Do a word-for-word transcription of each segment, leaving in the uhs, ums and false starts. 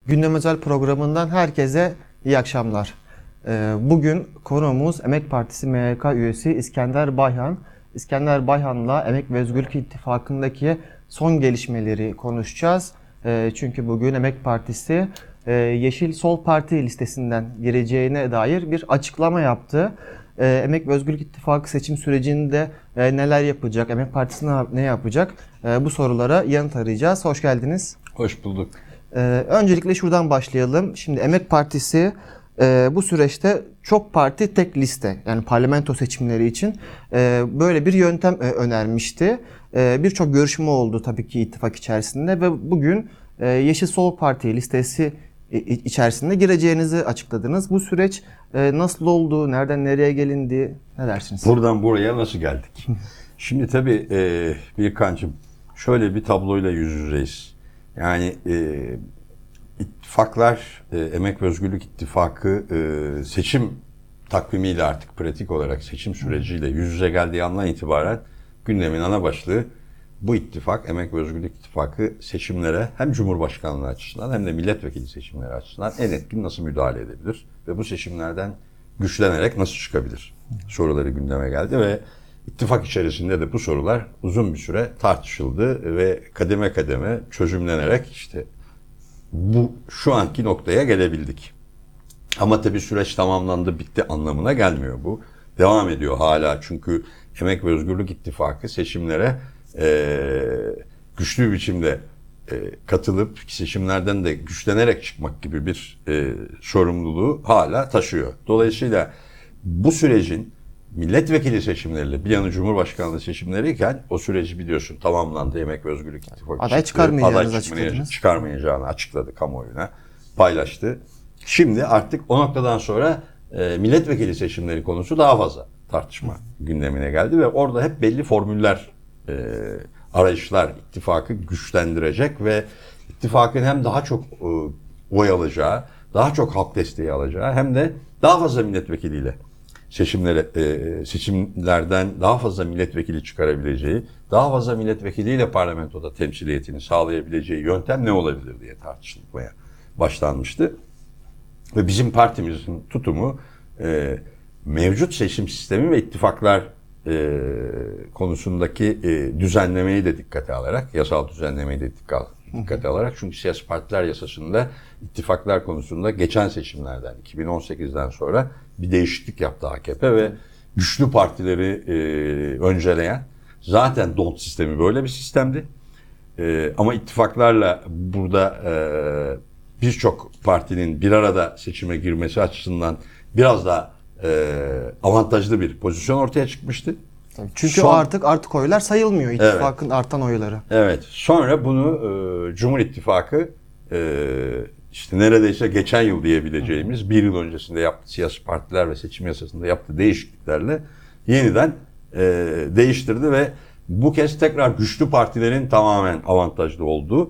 Gündem Özel programından herkese iyi akşamlar. Bugün konuğumuz Emek Partisi M Y K üyesi İskender Bayhan. İskender Bayhan'la Emek ve Özgürlük İttifakı'ndaki son gelişmeleri konuşacağız. Çünkü bugün Emek Partisi Yeşil Sol Parti listesinden gireceğine dair bir açıklama yaptı. Emek ve Özgürlük İttifakı seçim sürecinde neler yapacak, Emek Partisi ne yapacak, bu sorulara yanıt arayacağız. Hoş geldiniz. Hoş bulduk. Öncelikle şuradan başlayalım. Şimdi Emek Partisi bu süreçte çok parti tek liste, yani parlamento seçimleri için böyle bir yöntem önermişti. Birçok görüşme oldu tabii ki ittifak içerisinde ve bugün Yeşil Sol Parti listesi içerisinde gireceğinizi açıkladınız. Bu süreç nasıl oldu? Nereden nereye gelindi? Ne dersiniz? Buradan buraya nasıl geldik? Şimdi tabii e, Birkancığım, şöyle bir tabloyla yüz yüzeyiz. Yani e, ittifaklar, e, Emek ve Özgürlük İttifakı e, seçim takvimiyle, artık pratik olarak seçim süreciyle yüz yüze geldiği andan itibaren gündemin ana başlığı bu ittifak, Emek ve Özgürlük İttifakı seçimlere hem Cumhurbaşkanlığı açısından hem de milletvekili seçimleri açısından en etkin nasıl müdahale edebilir ve bu seçimlerden güçlenerek nasıl çıkabilir soruları gündeme geldi ve ittifak içerisinde de bu sorular uzun bir süre tartışıldı ve kademe kademe çözümlenerek işte bu şu anki noktaya gelebildik. Ama tabii süreç tamamlandı, bitti anlamına gelmiyor bu. Devam ediyor hala, çünkü Emek ve Özgürlük İttifakı seçimlere Ee, güçlü bir biçimde e, katılıp seçimlerden de güçlenerek çıkmak gibi bir e, sorumluluğu hala taşıyor. Dolayısıyla bu sürecin milletvekili seçimleriyle bir yanı Cumhurbaşkanlığı seçimleriyken o süreci biliyorsun tamamlandı. Emek ve Özgürlük İttifakı aday çıkarmayacağını açıkladınız. Çıkarmayacağını açıkladı, kamuoyuna paylaştı. Şimdi artık o noktadan sonra e, milletvekili seçimleri konusu daha fazla tartışma gündemine geldi ve orada hep belli formüller, E, arayışlar ittifakı güçlendirecek ve ittifakın hem daha çok e, oy alacağı, daha çok halk desteği alacağı hem de daha fazla milletvekiliyle seçimlere, e, seçimlerden daha fazla milletvekili çıkarabileceği, daha fazla milletvekiliyle parlamentoda temsiliyetini sağlayabileceği yöntem ne olabilir diye tartışılmaya başlanmıştı. Ve bizim partimizin tutumu e, mevcut seçim sistemi ve ittifaklar E, konusundaki e, düzenlemeyi de dikkate alarak, yasal düzenlemeyi de dikkat, dikkate alarak, çünkü siyasi partiler yasasında ittifaklar konusunda geçen seçimlerden iki bin on sekizden sonra bir değişiklik yaptı A K P ve güçlü partileri e, önceleyen, zaten D O T sistemi böyle bir sistemdi. E, ama ittifaklarla burada e, birçok partinin bir arada seçime girmesi açısından biraz daha E, avantajlı bir pozisyon ortaya çıkmıştı. Çünkü Son, artık artık oylar sayılmıyor, ittifakın evet, artan oyları. Evet. Sonra bunu e, Cumhur İttifakı e, işte neredeyse geçen yıl diyebileceğimiz Hı. bir yıl öncesinde yaptığı siyasi partiler ve seçim yasasında yaptığı değişikliklerle yeniden e, değiştirdi ve bu kez tekrar güçlü partilerin tamamen avantajlı olduğu,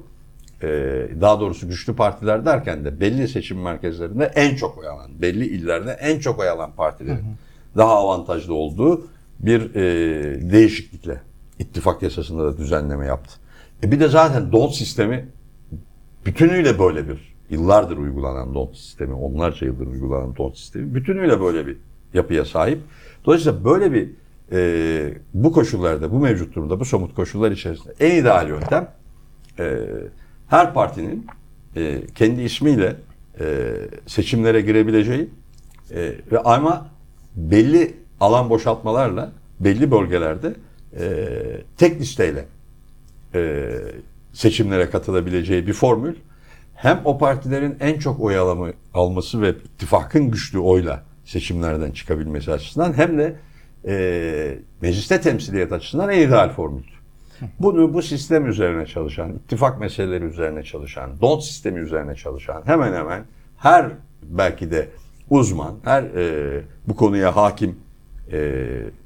daha doğrusu güçlü partiler derken de belli seçim merkezlerinde en çok oy alan, belli illerde en çok oy alan partilerin hı hı. daha avantajlı olduğu bir e, değişiklikle ittifak yasasında da düzenleme yaptı. E bir de zaten D O T sistemi bütünüyle böyle bir, yıllardır uygulanan D O T sistemi, onlarca yıldır uygulanan D O T sistemi bütünüyle böyle bir yapıya sahip. Dolayısıyla böyle bir e, bu koşullarda, bu mevcut durumda, bu somut koşullar içerisinde en ideal yöntem e, her partinin e, kendi ismiyle e, seçimlere girebileceği e, ve ama belli alan boşaltmalarla belli bölgelerde e, tek listeyle e, seçimlere katılabileceği bir formül, hem o partilerin en çok oy alımı, alması ve ittifakın güçlü oyla seçimlerden çıkabilmesi açısından hem de e, mecliste temsiliyet açısından en ideal formüldü. Bunu bu sistem üzerine çalışan, ittifak meseleleri üzerine çalışan, D O T sistemi üzerine çalışan hemen hemen her belki de uzman, her e, bu konuya hakim e,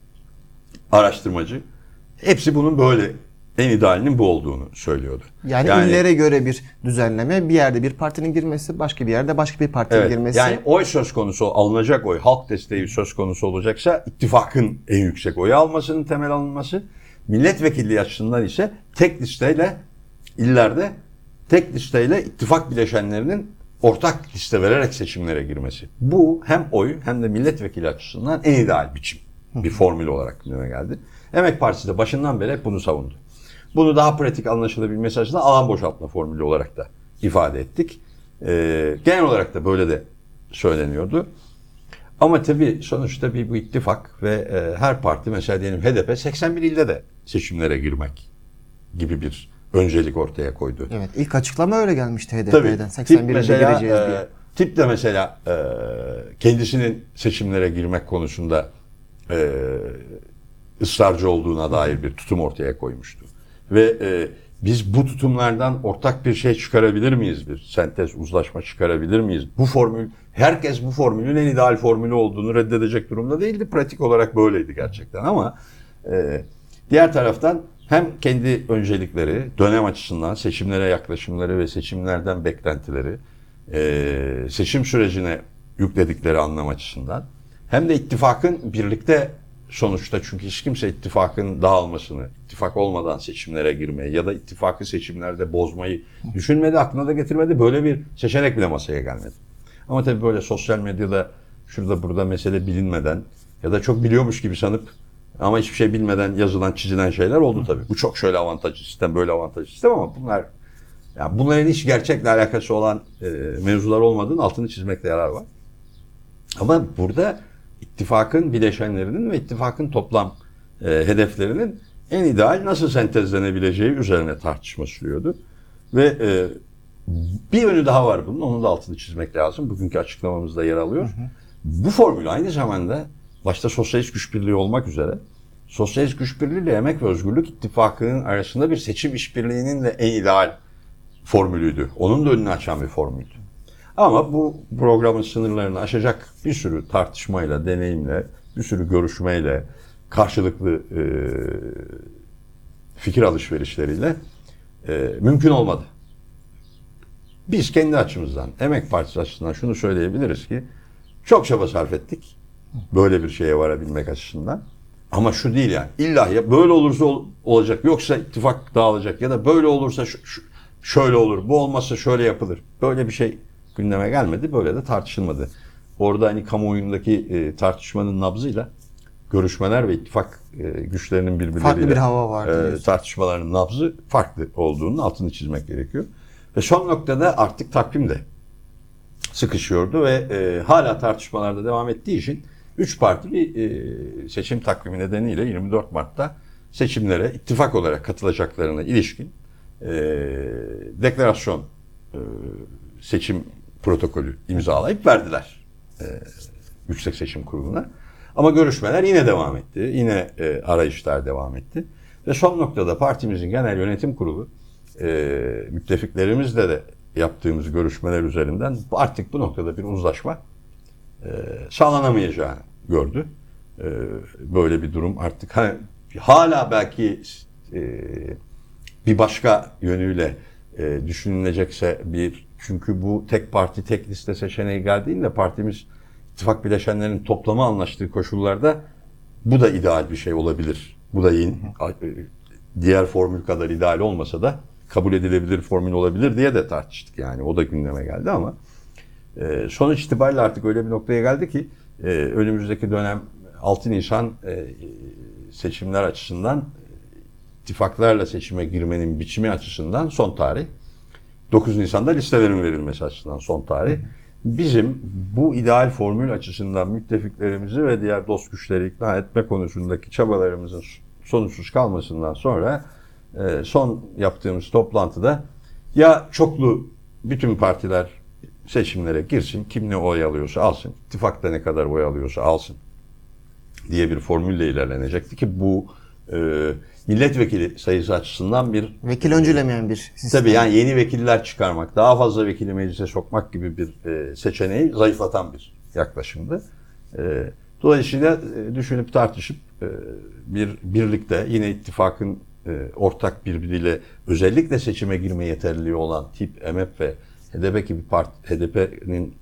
araştırmacı hepsi bunun böyle en idealinin bu olduğunu söylüyordu. Yani, yani illere göre bir düzenleme, bir yerde bir partinin girmesi, başka bir yerde başka bir partinin evet, girmesi. Yani oy söz konusu, alınacak oy, halk desteği söz konusu olacaksa ittifakın en yüksek oyu almasının temel alınması. Milletvekilliği açısından ise tek listeyle illerde tek listeyle ittifak bileşenlerinin ortak liste vererek seçimlere girmesi. Bu hem oy hem de milletvekili açısından en ideal biçim. Bir formül olarak gündeme geldi. Emek Partisi de başından beri hep bunu savundu. Bunu daha pratik anlaşılabilmesi açısından alan boşaltma formülü olarak da ifade ettik. Ee, genel olarak da böyle de söyleniyordu. Ama tabii sonuçta bir bu ittifak ve e, her parti, mesela diyelim H D P seksen bir ilde de seçimlere girmek gibi bir öncelik ortaya koydu. Evet, ilk açıklama öyle gelmişti H D Tabii, P'den. tip seksen bir ilde mesela, gireceğiz e, diye. tip de mesela e, kendisinin seçimlere girmek konusunda e, ısrarcı olduğuna dair bir tutum ortaya koymuştu. Ve e, biz bu tutumlardan ortak bir şey çıkarabilir miyiz? Bir sentez, uzlaşma çıkarabilir miyiz? Bu formül, herkes bu formülün en ideal formülü olduğunu reddedecek durumda değildi. Pratik olarak böyleydi gerçekten ama e, diğer taraftan hem kendi öncelikleri, dönem açısından seçimlere yaklaşımları ve seçimlerden beklentileri, e, seçim sürecine yükledikleri anlam açısından hem de ittifakın birlikte sonuçta, çünkü hiç kimse ittifakın dağılmasını, ittifak olmadan seçimlere girmeyi ya da ittifakı seçimlerde bozmayı düşünmedi, aklına da getirmedi. Böyle bir seçenek bile masaya gelmedi. Ama tabii böyle sosyal medyada şurada burada mesele bilinmeden ya da çok biliyormuş gibi sanıp ama hiçbir şey bilmeden yazılan, çizilen şeyler oldu tabii. Bu çok şöyle avantajlı sistem, böyle avantajlı sistem ama bunlar, yani bunların hiç gerçekle alakası olan e, mevzular olmadığının altını çizmekte yarar var. Ama burada ittifakın bileşenlerinin ve ittifakın toplam e, hedeflerinin en ideal nasıl sentezlenebileceği üzerine tartışma sürüyordu. Ve e, bir yönü daha var bunun, onun da altını çizmek lazım. Bugünkü açıklamamızda yer alıyor. Hı hı. Bu formül aynı zamanda başta Sosyalist Güç Birliği olmak üzere Sosyalist Güç Birliği ile Emek ve Özgürlük İttifakı'nın arasında bir seçim işbirliğinin de en ideal formülüydü. Onun da önünü açan bir formüldü. Ama bu programın sınırlarını aşacak bir sürü tartışmayla, deneyimle, bir sürü görüşmeyle, karşılıklı e, fikir alışverişleriyle e, mümkün olmadı. Biz kendi açımızdan, Emek Partisi açısından şunu söyleyebiliriz ki çok çaba sarf ettik böyle bir şeye varabilmek açısından. Ama şu değil yani, illa ya böyle olursa ol, olacak, yoksa ittifak dağılacak ya da böyle olursa şu, şu, şöyle olur, bu olmazsa şöyle yapılır. Böyle bir şey gündeme gelmedi, böyle de tartışılmadı. Orada hani kamuoyundaki e, tartışmanın nabzıyla görüşmeler ve ittifak e, güçlerinin birbirleriyle farklı bir hava vardı. E, tartışmaların nabzı farklı olduğunun altını çizmek gerekiyor. Ve son noktada artık takvim de sıkışıyordu ve e, hala tartışmalarda devam ettiği için üç parti bir e, seçim takvimi nedeniyle yirmi dört Mart'ta seçimlere ittifak olarak katılacaklarına ilişkin e, deklarasyon, e, seçim protokolü imzalayıp verdiler e, Yüksek Seçim Kurulu'na. Ama görüşmeler yine devam etti. Yine e, arayışlar devam etti. Ve son noktada partimizin genel yönetim kurulu e, müttefiklerimizle de yaptığımız görüşmeler üzerinden artık bu noktada bir uzlaşma e, sağlanamayacağını gördü. E, böyle bir durum artık ha, hala belki e, bir başka yönüyle e, düşünülecekse bir, çünkü bu tek parti tek liste seçeneği geldiğinde partimiz ittifak bileşenlerinin toplamı anlaştığı koşullarda bu da ideal bir şey olabilir. Bu da yeni, diğer formül kadar ideal olmasa da kabul edilebilir formül olabilir diye de tartıştık yani. O da gündeme geldi ama e, sonuç itibariyle artık öyle bir noktaya geldi ki e, önümüzdeki dönem altı Nisan e, seçimler açısından, ittifaklarla seçime girmenin biçimi açısından son tarih. dokuz Nisan'da listelerin verilmesi açısından son tarih. Bizim bu ideal formül açısından müttefiklerimizi ve diğer dost güçleri ikna etme konusundaki çabalarımızın sonuçsuz kalmasından sonra son yaptığımız toplantıda ya çoklu bütün partiler seçimlere girsin, kim ne oy alıyorsa alsın, ittifakta ne kadar oy alıyorsa alsın diye bir formülle ilerlenecekti ki bu e, milletvekili sayısı açısından bir vekil öncülemeyen bir sistem. Tabii yani yeni vekiller çıkarmak, daha fazla vekili meclise sokmak gibi bir e, seçeneği zayıflatan bir yaklaşımdı. E, dolayısıyla e, düşünüp tartışıp e, bir birlikte yine ittifakın e, ortak birbiriyle özellikle seçime girme yeterliliği olan tip, M H P ve H D P gibi parti, H D P'nin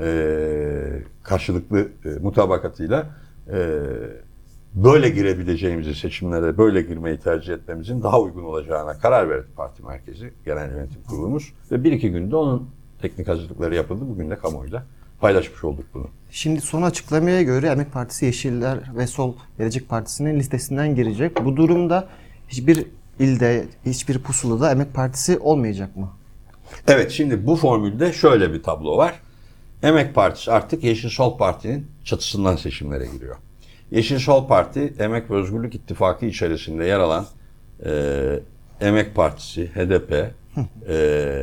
e, karşılıklı e, mutabakatıyla e, böyle girebileceğimizi, seçimlere böyle girmeyi tercih etmemizin daha uygun olacağına karar verdi parti merkezi, genel yönetim kurulumuz. Ve bir iki günde onun Teknik hazırlıkları yapıldı. Bugün de kamuoyuyla paylaşmış olduk bunu. Şimdi son açıklamaya göre Emek Partisi, Yeşiller ve Sol Gelecek Partisi'nin listesinden girecek. Bu durumda hiçbir ilde, hiçbir pusulada Emek Partisi olmayacak mı? Evet, şimdi bu formülde şöyle bir tablo var. Emek Partisi artık Yeşil Sol Parti'nin çatısından seçimlere giriyor. Yeşil Sol Parti, Emek ve Özgürlük İttifakı içerisinde yer alan e, Emek Partisi, H D P, e,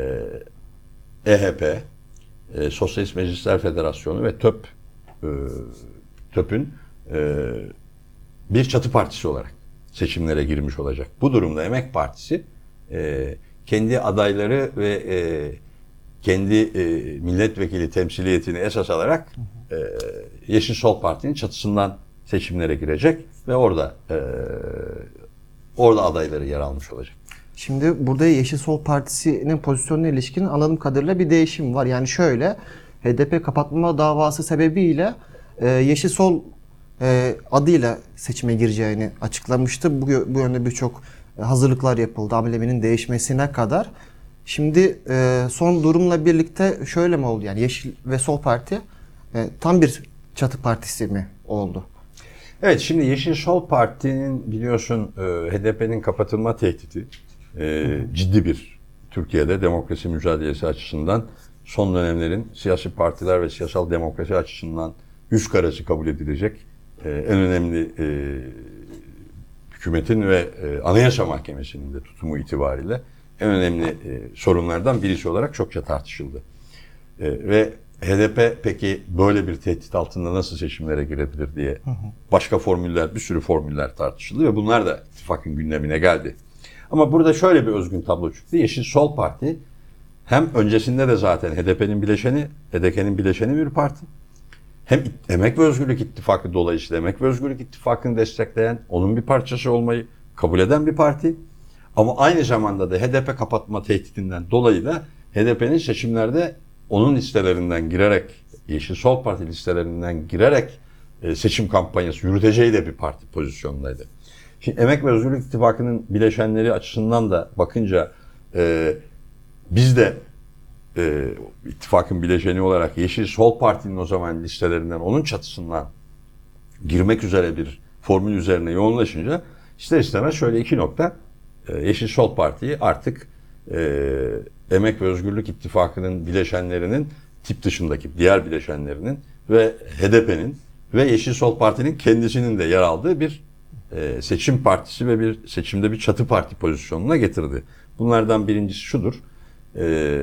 E H P, e, Sosyalist Meclisler Federasyonu ve TÖP, e, TÖP'ün e, bir çatı partisi olarak seçimlere girmiş olacak. Bu durumda Emek Partisi e, kendi adayları ve e, kendi e, milletvekili temsiliyetini esas alarak e, Yeşil Sol Parti'nin çatısından seçimlere girecek ve orada e, orada adayları yer almış olacak. Şimdi burada Yeşil Sol Partisi'nin pozisyonuna ilişkin anladığım kadarıyla bir değişim var. Yani şöyle, H D P kapatma davası sebebiyle e, Yeşil Sol e, adıyla seçime gireceğini açıklamıştı. Bu, bu yönde birçok hazırlıklar yapıldı, ambleminin değişmesine kadar. Şimdi e, son durumla birlikte şöyle mi oldu? Yani Yeşil ve Sol Parti e, tam bir çatı partisi mi oldu? Evet, şimdi Yeşil Sol Parti'nin biliyorsun e, H D P'nin kapatılma tehdidi e, ciddi bir Türkiye'de demokrasi mücadelesi açısından son dönemlerin siyasi partiler ve siyasal demokrasi açısından yüz karası kabul edilecek e, en önemli e, hükümetin ve e, Anayasa Mahkemesi'nin de tutumu itibariyle en önemli e, sorunlardan birisi olarak çokça tartışıldı. E, ve H D P peki böyle bir tehdit altında nasıl seçimlere girebilir diye başka formüller, bir sürü formüller tartışıldı ve bunlar da ittifakın gündemine geldi. Ama burada şöyle bir özgün tablo çıktı. Yeşil Sol Parti hem öncesinde de zaten H D P'nin bileşeni, H D P'nin bileşeni bir parti. Hem Emek ve Özgürlük İttifakı dolayısıyla Emek ve Özgürlük İttifakı'nı destekleyen, onun bir parçası olmayı kabul eden bir parti. Ama aynı zamanda da H D P kapatma tehdidinden dolayı da H D P'nin seçimlerde onun listelerinden girerek, Yeşil Sol Parti listelerinden girerek seçim kampanyası yürüteceği de bir parti pozisyonundaydı. Şimdi Emek ve Özgürlük İttifakı'nın bileşenleri açısından da bakınca e, biz de e, ittifakın bileşeni olarak Yeşil Sol Parti'nin o zaman listelerinden, onun çatısından girmek üzere bir formül üzerine yoğunlaşınca ister istemez şöyle iki nokta, e, Yeşil Sol Parti'yi artık e, Emek ve Özgürlük İttifakı'nın bileşenlerinin tip dışındaki diğer bileşenlerinin ve H D P'nin ve Yeşil Sol Parti'nin kendisinin de yer aldığı bir e, seçim partisi ve bir seçimde bir çatı parti pozisyonuna getirdi. Bunlardan birincisi şudur. E,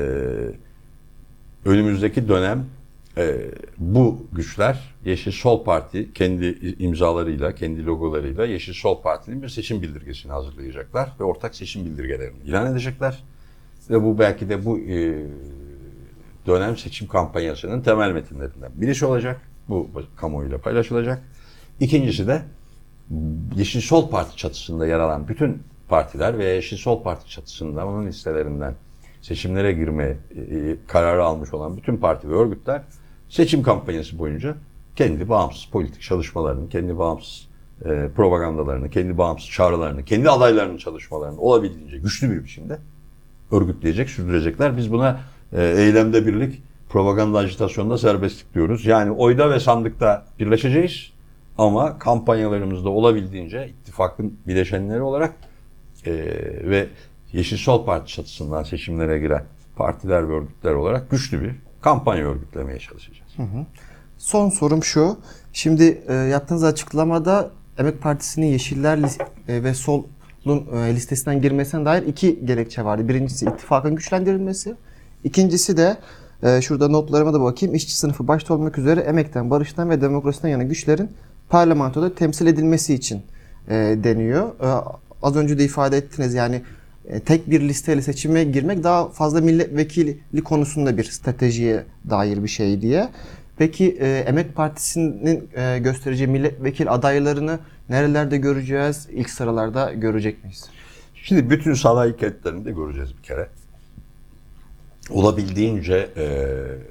önümüzdeki dönem e, bu güçler Yeşil Sol Parti kendi imzalarıyla, kendi logolarıyla Yeşil Sol Parti'nin bir seçim bildirgesini hazırlayacaklar ve ortak seçim bildirgelerini ilan edecekler. Ve bu belki de bu e, dönem seçim kampanyasının temel metinlerinden birisi olacak. Bu kamuoyuyla paylaşılacak. İkincisi de Yeşil Sol Parti çatısında yer alan bütün partiler ve Yeşil Sol Parti çatısında onun listelerinden seçimlere girme e, kararı almış olan bütün parti ve örgütler seçim kampanyası boyunca kendi bağımsız politik çalışmalarını, kendi bağımsız e, propagandalarını, kendi bağımsız çağrılarını, kendi adaylarının çalışmalarını olabildiğince güçlü bir biçimde örgütleyecek, sürdürecekler. Biz buna e, eylemde birlik, propaganda agitasyonda serbestlik diyoruz. Yani oyda ve sandıkta birleşeceğiz ama kampanyalarımızda olabildiğince ittifakın bileşenleri olarak e, ve Yeşil Sol Parti çatısından seçimlere giren partiler ve örgütler olarak güçlü bir kampanya örgütlemeye çalışacağız. Hı hı. Son sorum şu. Şimdi e, yaptığınız açıklamada Emek Partisi'nin Yeşiller e, ve Sol listesinden girmesine dair iki gerekçe vardı. Birincisi ittifakın güçlendirilmesi. İkincisi de e, şurada notlarıma da bakayım. İşçi sınıfı başta olmak üzere emekten, barıştan ve demokrasiden yana güçlerin parlamentoda temsil edilmesi için e, deniyor. E, az önce de ifade ettiniz, yani e, tek bir listeyle seçime girmek daha fazla milletvekili konusunda bir stratejiye dair bir şey diye. Peki e, Emek Partisi'nin e, göstereceği milletvekili adaylarını nerelerde göreceğiz? İlk sıralarda görecek miyiz? Şimdi bütün sanayi kentlerinde göreceğiz bir kere. Olabildiğince e,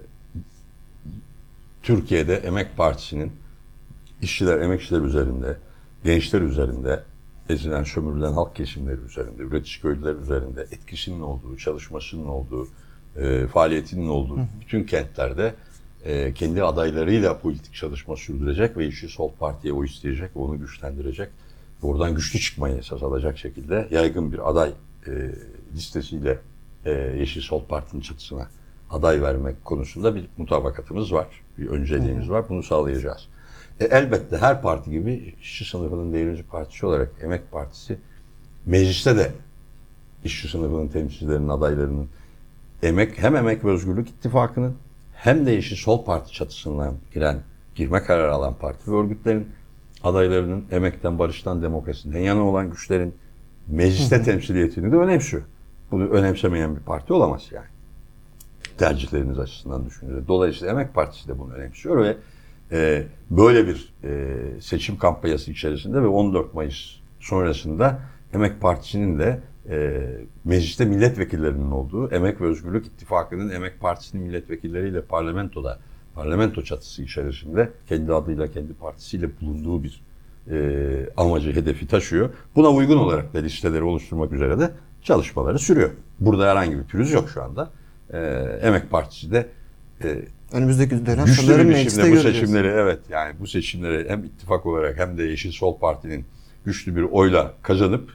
Türkiye'de Emek Partisi'nin işçiler, emekçiler üzerinde, gençler üzerinde, ezilen, sömürülen halk kesimleri üzerinde, üretici köylüler üzerinde etkisinin olduğu, çalışmasının olduğu, e, faaliyetinin olduğu bütün kentlerde e, kendi adaylarıyla politik çalışma sürdürecek ve Yeşil Sol Parti'ye oy isteyecek, onu güçlendirecek, oradan güçlü çıkmayı esas alacak şekilde yaygın bir aday e, listesiyle e, Yeşil Sol Parti'nin çatısına aday vermek konusunda bir mutabakatımız var, bir önceliğimiz var. Bunu sağlayacağız. E, elbette her parti gibi işçi sınıfının devrimci partisi olarak Emek Partisi mecliste de işçi sınıfının temsilcilerinin, adaylarının emek hem Emek ve Özgürlük İttifakı'nın hem de Yeşil Sol Parti çatısından giren, girme kararı alan parti ve örgütlerin adaylarının emekten, barıştan, demokrasiden yana olan güçlerin mecliste temsiliyetini de önemsiyor. Bunu önemsemeyen bir parti olamaz yani. Tercihleriniz açısından düşünülür. Dolayısıyla Emek Partisi de bunu önemsiyor ve e, böyle bir e, seçim kampanyası içerisinde ve on dört Mayıs sonrasında Emek Partisi'nin de e, mecliste milletvekillerinin olduğu, Emek ve Özgürlük İttifakı'nın Emek Partisi'nin milletvekilleriyle parlamentoda, parlamento çatısı içerisinde kendi adıyla, kendi partisiyle bulunduğu bir e, amacı, hedefi taşıyor. Buna uygun olarak da listeleri oluşturmak üzere de çalışmaları sürüyor. Burada herhangi bir pürüz yok şu anda. E, Emek Partisi de e, Önümüzdeki dönem güçlü sanırım bir mecliste biçimde bu göreceğiz. seçimleri, evet yani bu seçimleri hem ittifak olarak hem de Yeşil Sol Parti'nin güçlü bir oyla kazanıp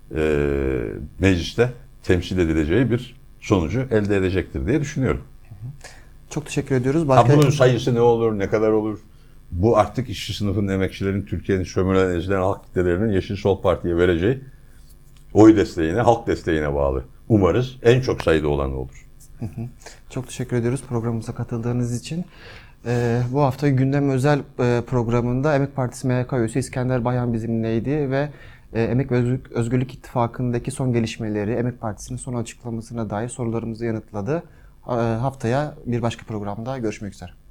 e, mecliste temsil edileceği bir sonucu elde edecektir diye düşünüyorum. Çok teşekkür ediyoruz. Ha, Başka... bunun sayısı ne olur, ne kadar olur? Bu artık işçi sınıfının, emekçilerin, Türkiye'nin sömürülen, ezilen halk kitlelerinin Yeşil Sol Parti'ye vereceği oy desteğine, halk desteğine bağlı. Umarız en çok sayıda olan olur. Hı hı. Çok teşekkür ediyoruz programımıza katıldığınız için. Ee, bu hafta gündem özel e, programında Emek Partisi M Y K üyesi İskender Bayhan bizimleydi ve e, Emek ve Özgürlük, Özgürlük İttifakı'ndaki son gelişmeleri, Emek Partisi'nin son açıklamasına dair sorularımızı yanıtladı. E, haftaya bir başka programda görüşmek üzere.